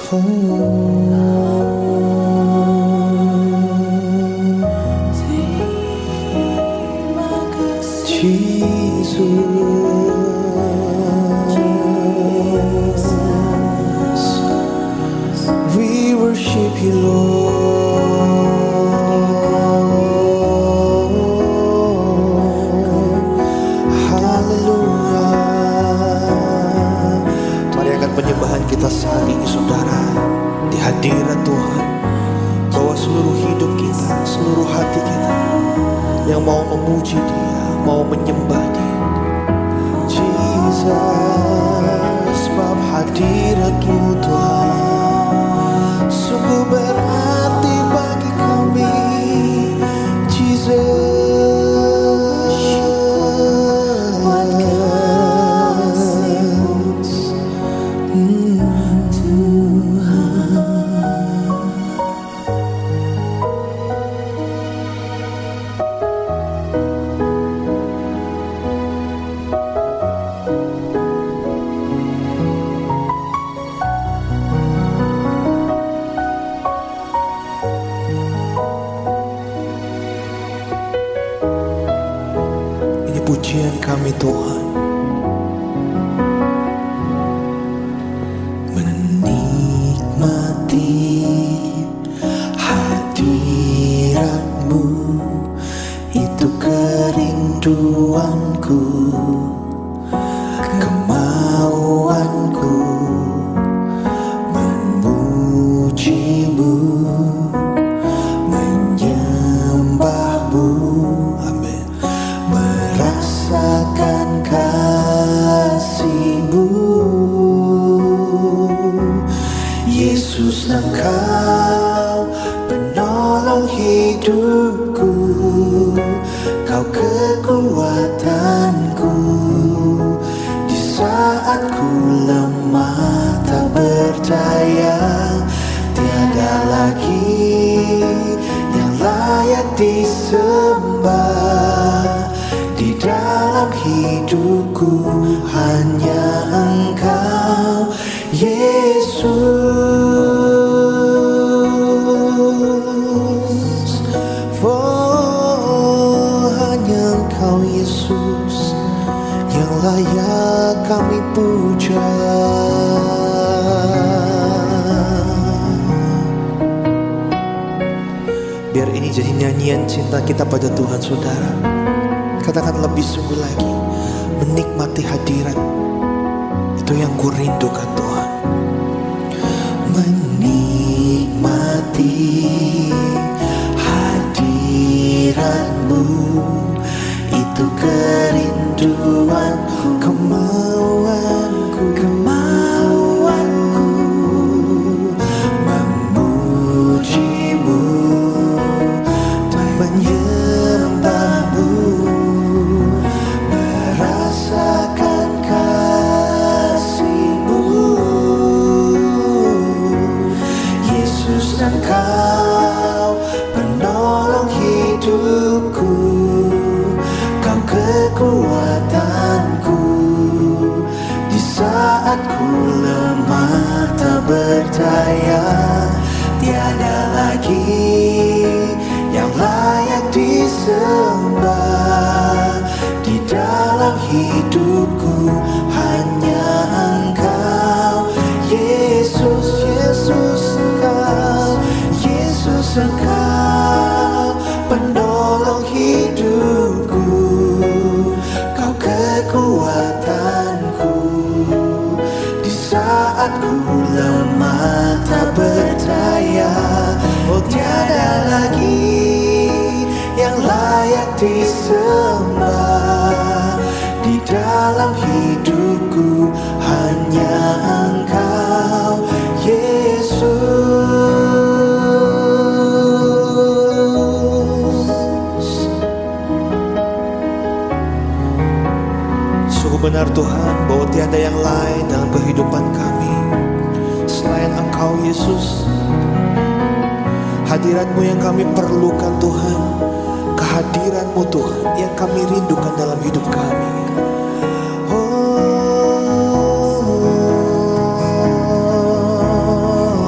We worship you, Lord. Haleluya. Mari angkat penyembahan kita saat ini, saudara, di hadirat Tuhan. Bawa seluruh hidup kita, seluruh hati kita yang mau memuji Dia, mau menyembah Dia. Jesus, sebab hadirat-Mu Tuhan sungguh berarti bagi kami. Jesus, pujian kami Tuhan. Menikmati hadirat-Mu, itu kerinduanku, kemauanku, memuji-Mu, menyembah-Mu. Rasakan kasih-Mu, Yesus, Engkau penolong hidupku, Kau kekuatanku di saat ku lemah tak berdaya. Tiada lagi yang layak disembah di dalam hidupku, hanya Engkau, Yesus. Oh, hanya Engkau, Yesus, yang layak kami puja. Biar ini jadi nyanyian cinta kita pada Tuhan, saudara. Katakan lebih sungguh lagi, menikmati hadirat, itu yang ku rindukan Tuhan. Menikmati hadirat-Mu, itu kerinduanku, kemauanku, memuji-Mu, menyembah-Mu, merasakan kasih-Mu, Yesus, Engkau penolong hidupku, Kau kekuatanku di saat ku lemah tak berdaya. Tiada lagi yang layak disembah di dalam hidupku, hanya Engkau, Yesus, Yesus, Engkau, Yesus, Engkau penolong hidupku, Kau kekuatanku di saat ku lemah tak berdaya. Oh, tiada lagi yang layak disembah di dalam hidupku, hanya Engkau, Yesus. Sungguh benar Tuhan, bahwa tiada yang lain dalam kehidupan kami selain Engkau, Yesus. Hadirat-Mu yang kami perlukan Tuhan, kehadiran-Mu Tuhan yang kami rindukan dalam hidup kami. Oh,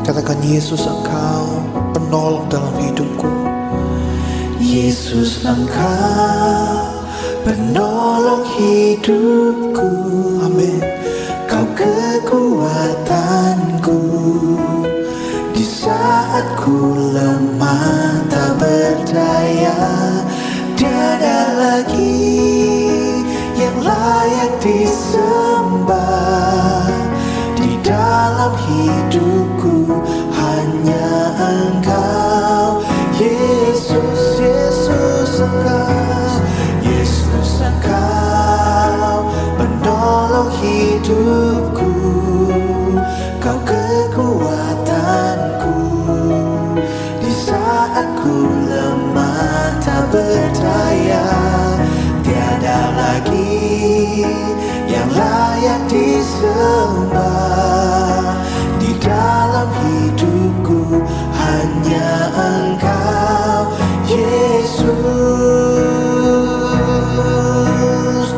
Katakan, Yesus, Engkau penolong dalam hidupku. Yesus, Engkau penolong hidupku. Amin. Kau kekuatanku di saat ku lemah tak berdaya. Tiada lagi yang layak disembah di dalam hidupku, hanya Engkau. Yesus, Yesus, Engkau, Yesus, Engkau penolong hidupku. Kau kekuatanku di saat ku lemah tak berdaya. Tiada lagi yang layak disembah di dalam hidupku, hanya Engkau. Yesus,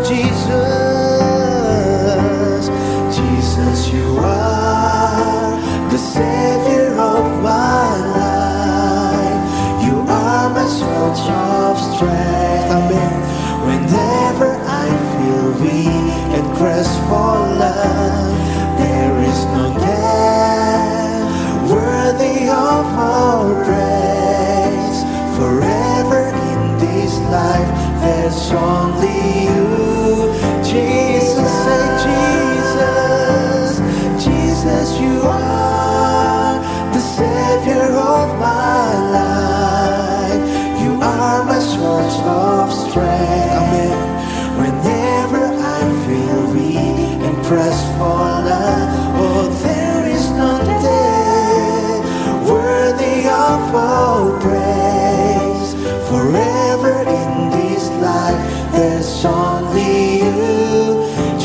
Jesus, Jesus, you are the Savior of my life. You are my source of strength. Amen. Whenever I feel weak and crestfallen, there is no name worthy of our praise. Forever in this life, there's only you. Jesus, say Jesus, Jesus, you are the Savior of my life. You are my source of strength. Amen. Whenever I feel weak and crestfallen, oh, there is none there worthy of all praise. Forever in this life, there's only you.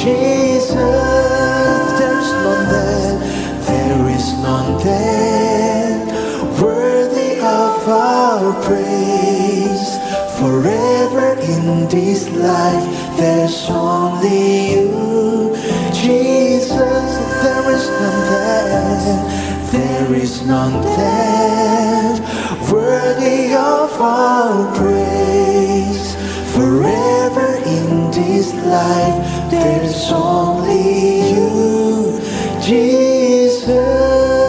Jesus, there's none there, there is none there worthy of our praise. Forever in this life, there's only you. Jesus, there is none there, there is none there worthy of our praise. Forever in this life, there's only you, Jesus.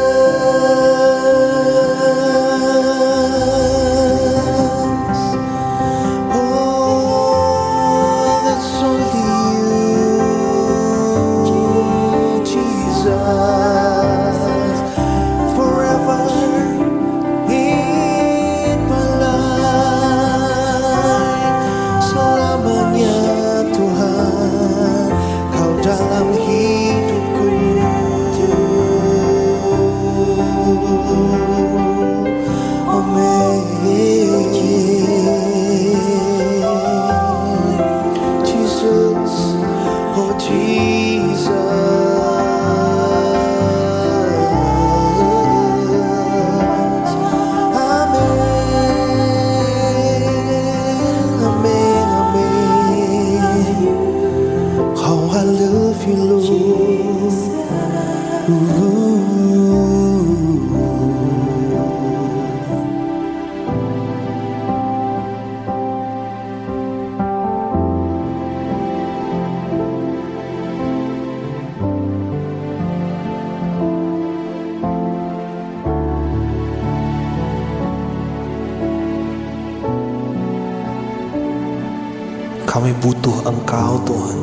Kami butuh Engkau, Tuhan.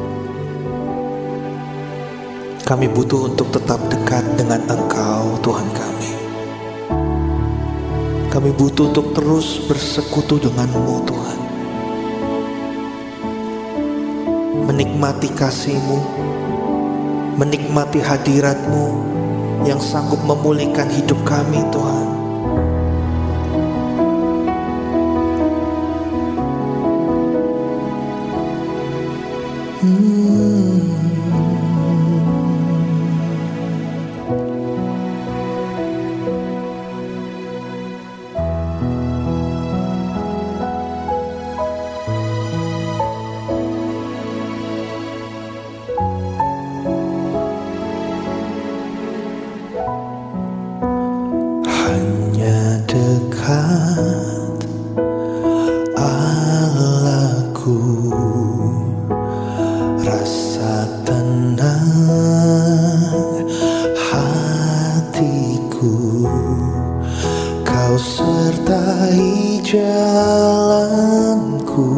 Kami butuh untuk tetap dekat dengan Engkau, Tuhan kami. Kami butuh untuk terus bersekutu dengan-Mu, Tuhan. Menikmati kasih-Mu, menikmati hadirat-Mu yang sanggup memulihkan hidup kami, Tuhan. tenang hatiku, Kau sertai jalanku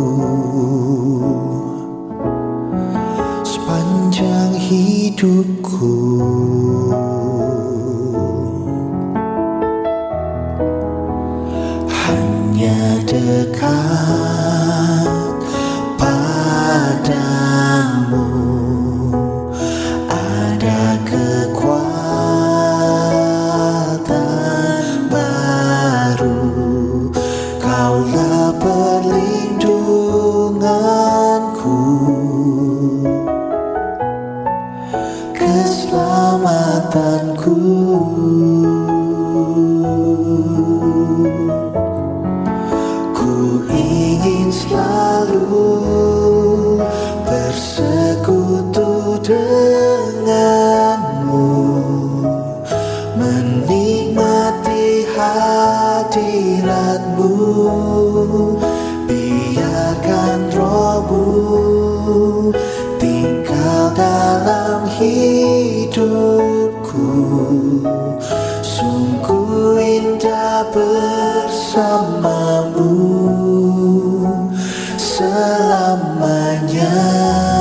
sepanjang hidupku. Hanya dekat padamu ada kekuatan baru, Kaulah perlindunganku, keselamatanku. Ku ingin selalu bersekutu denganmu, menikmati hadiratmu. Biarkan rohmu tinggal dalam hidupku, sungguh indah bersamamu selamanya.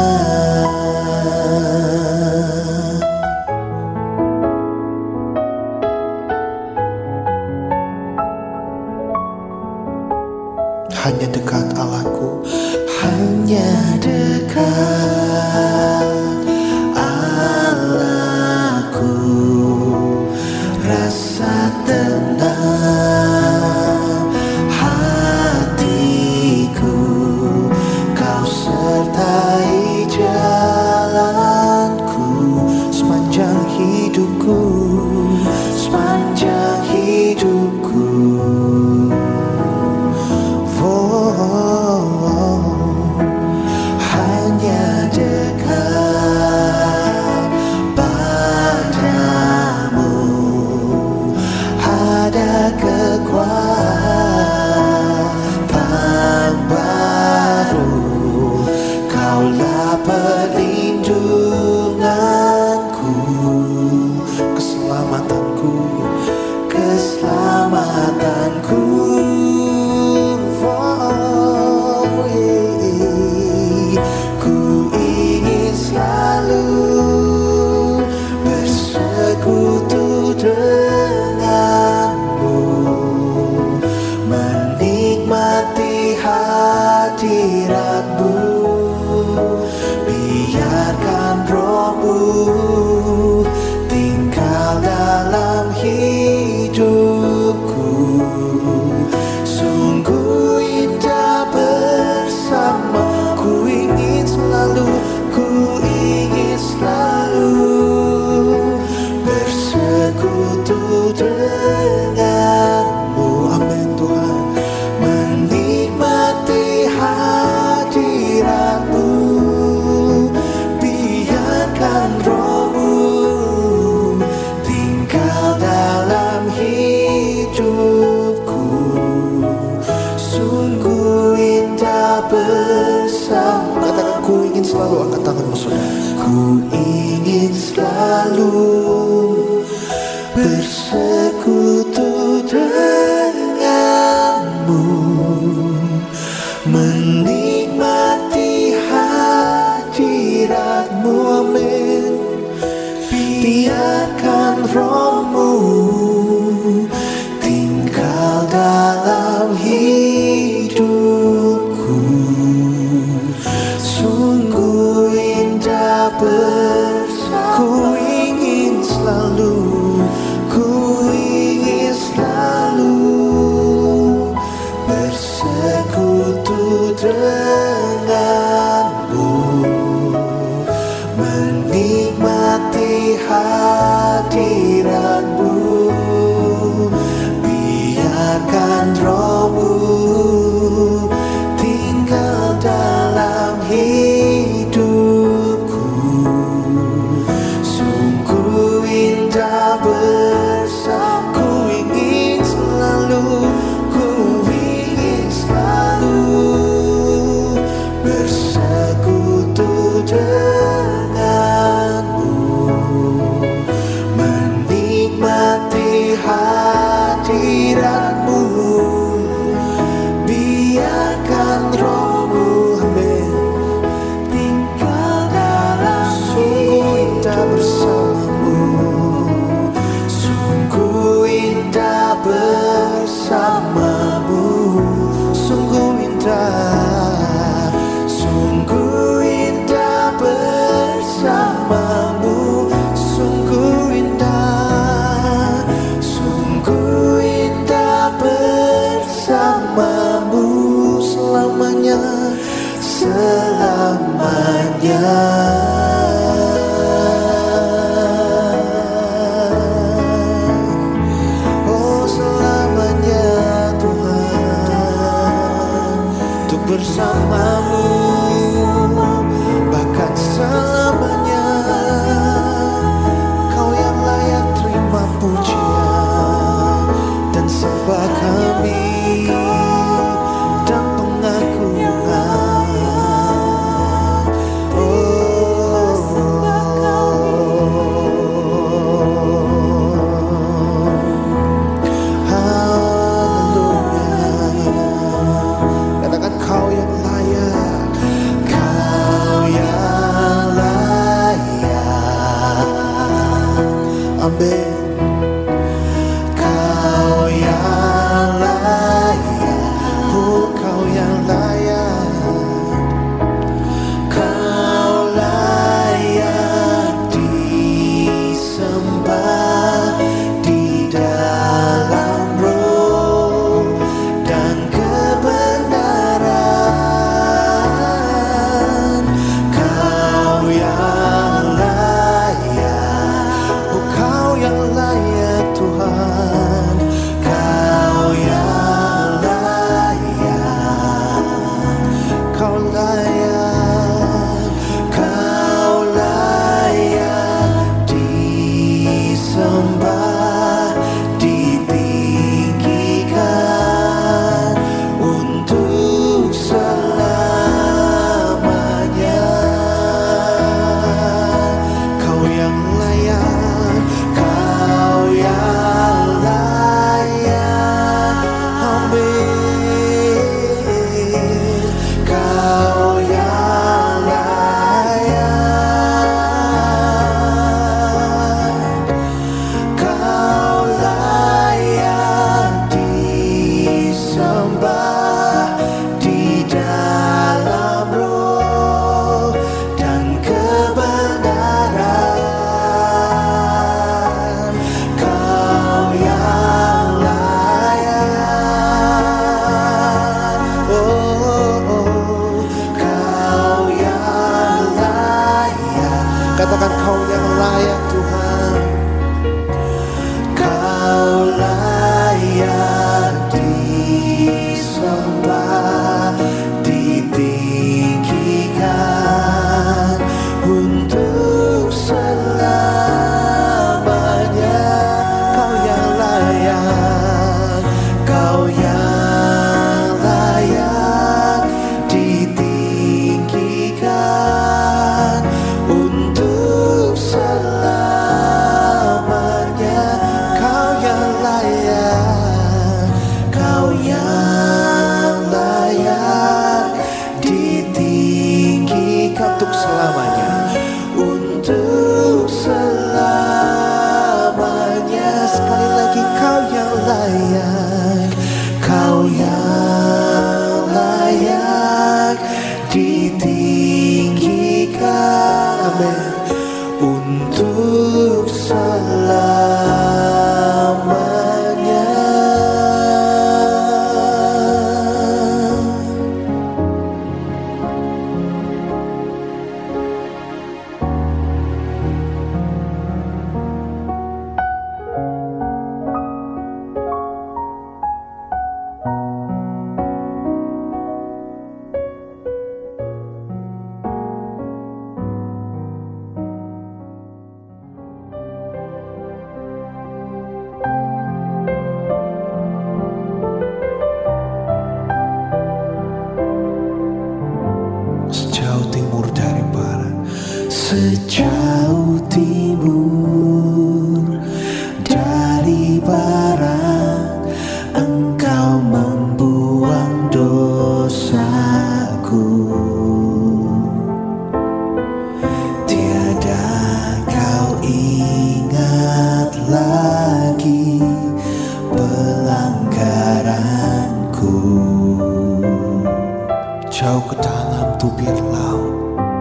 Hanya dekat Allahku, hanya dekat Allahku, rasa tenang hatiku, Kau sertai jalanku sepanjang hidupku, sepanjang hidupku. Hanya dekat padamu ada kekuatan baru, Kaulah perlindunganku, keselamatanku, keselamatanku. Ku ingin selalu bersekutu denganmu, menikmati hadiratmu. Biarkan rohmu tinggal dalam hidupku, sungguh indah bersama. Ku ingin selalu bersekutu denganmu. Amin Tuhan. Menikmati hadiratmu, biarkan rohmu tinggal dalam hidupku, sungguh indah bersama. Katakan, ku ingin selalu, angkat tanganmu saudara. Ku ingin selalu bersekutu denganmu, menikmati hadiratmu. Amin. Biarkan rohmu tinggal dalam hidupku, sungguh indah bersama. Ku ingin selalu, ku ingin selalu bersekutu denganmu, menikmati hadiratmu. Biarkan rohmu tinggal dalam hidupku, sungguh indah bersama. Ku ingin selalu, ku ingin selalu bersekutu dengan Katakan Kau yang layak Tuhan. Kau layak disembah, ditinggikan untuk selamanya. Kau yang layak, Kau yang layak ditinggikan untuk selamanya. Kau yang layak, Kau yang layak ditinggikan untuk selamanya, untuk selamanya. Sekali lagi, Kau yang layak, Kau yang layak ditinggikan, amin, untuk selamanya. Sejauh timur dari barat, sejauh timur dari barat, Engkau membuang dosaku. Tiada Kau ingat lagi pelanggaranku. Jauh ke dalam tubir laut,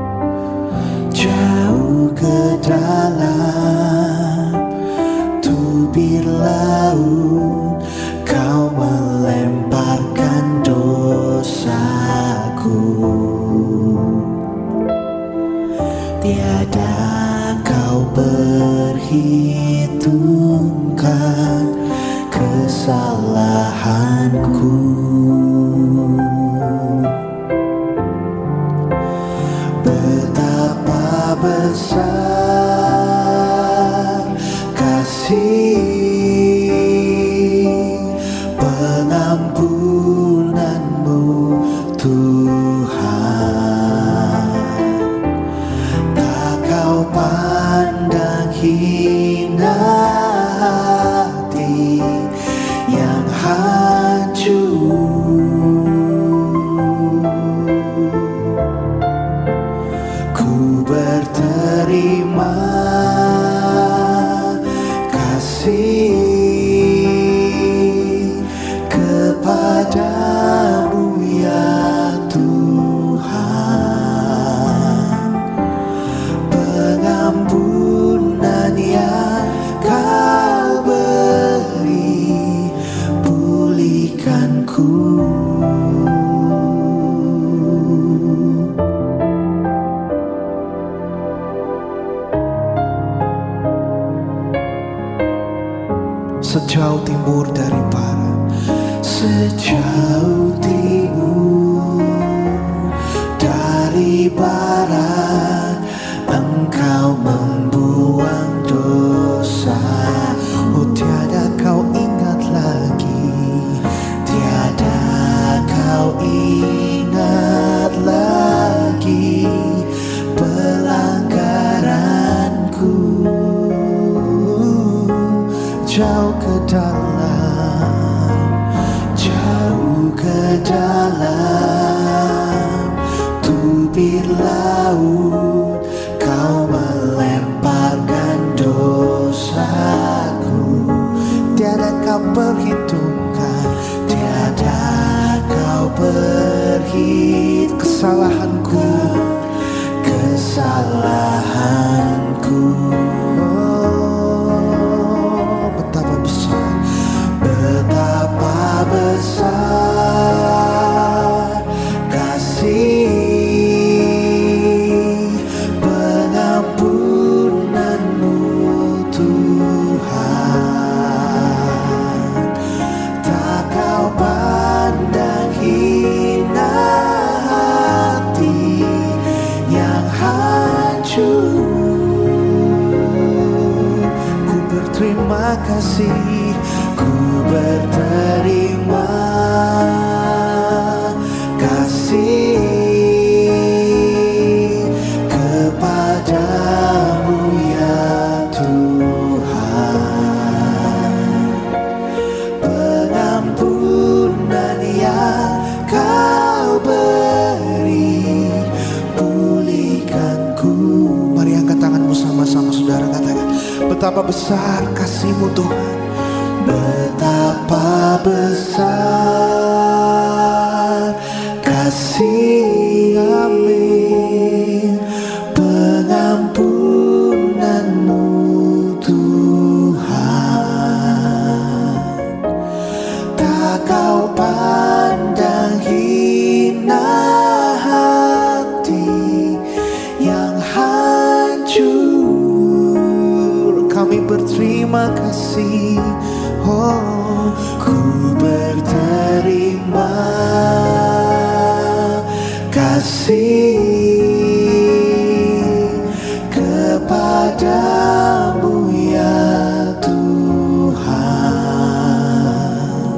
jauh ke dalam tubir laut, Kau melemparkan dosaku. Tiada Kau perhitungkan kesalahanku. Betapa besar kasih pengampunan-Mu Tuhan. Tak Kau pandang hina hati yang hancur. Ku berterima kasih kepadamu ya Tuhan. Pengampunan yang Kau beri, pulihkanku. Sejauh timur dari barat, sejauh timur dari barat, Engkau membuang dosa. Oh, tiada Kau ingat lagi, tiada Kau ingat lagi pelanggaranku. Jauh ke dalam, jauh ke dalam tubir laut, Kau melemparkan dosaku. Tiada Kau perhitungkan, tiada Kau perhitungkan kesalahanku, kesalahanku. Betapa besar, betapa besar kasih berterima kasih, ku berterima kasih kepadamu ya Tuhan. Pengampunan yang Kau beri, pulihkanku. Mari angkat tanganmu sama-sama saudara, katakan, betapa besar kasih-Mu Tuhan. Betapa besar kasih, amin, pengampunan-Mu Tuhan. Tak Kau pandang hina hati yang hancur. Kami berterima kasih, oh, ku berterima kasih kepadamu ya Tuhan.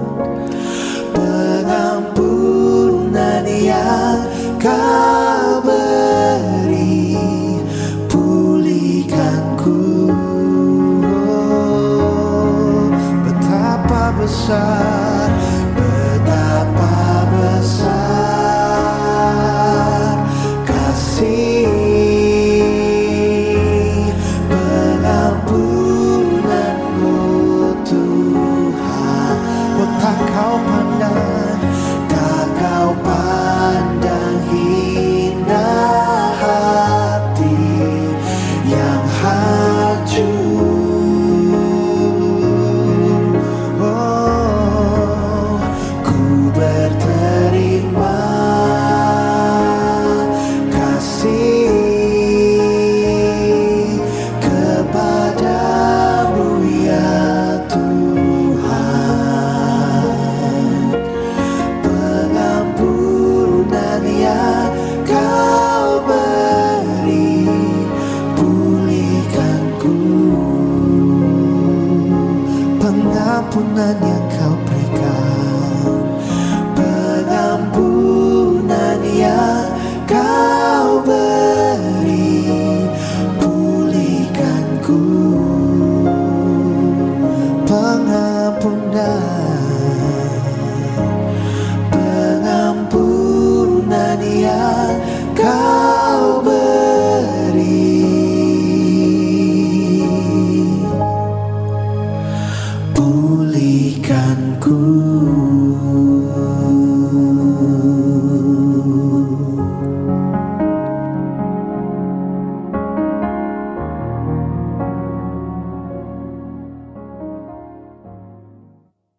Pengampunan yang Kau beri, pulihkanku. Betapa besar, betapa besar kasih pengampunan-Mu Tuhan. Oh, tak Kau pandang, tak Kau pandang hina hati yang hancur. Oh, ku berterima kasih kepadamu ya Tuhan. Pengampunan yang Kau beri, pulihkanku. Pengampunan yang Kau beri,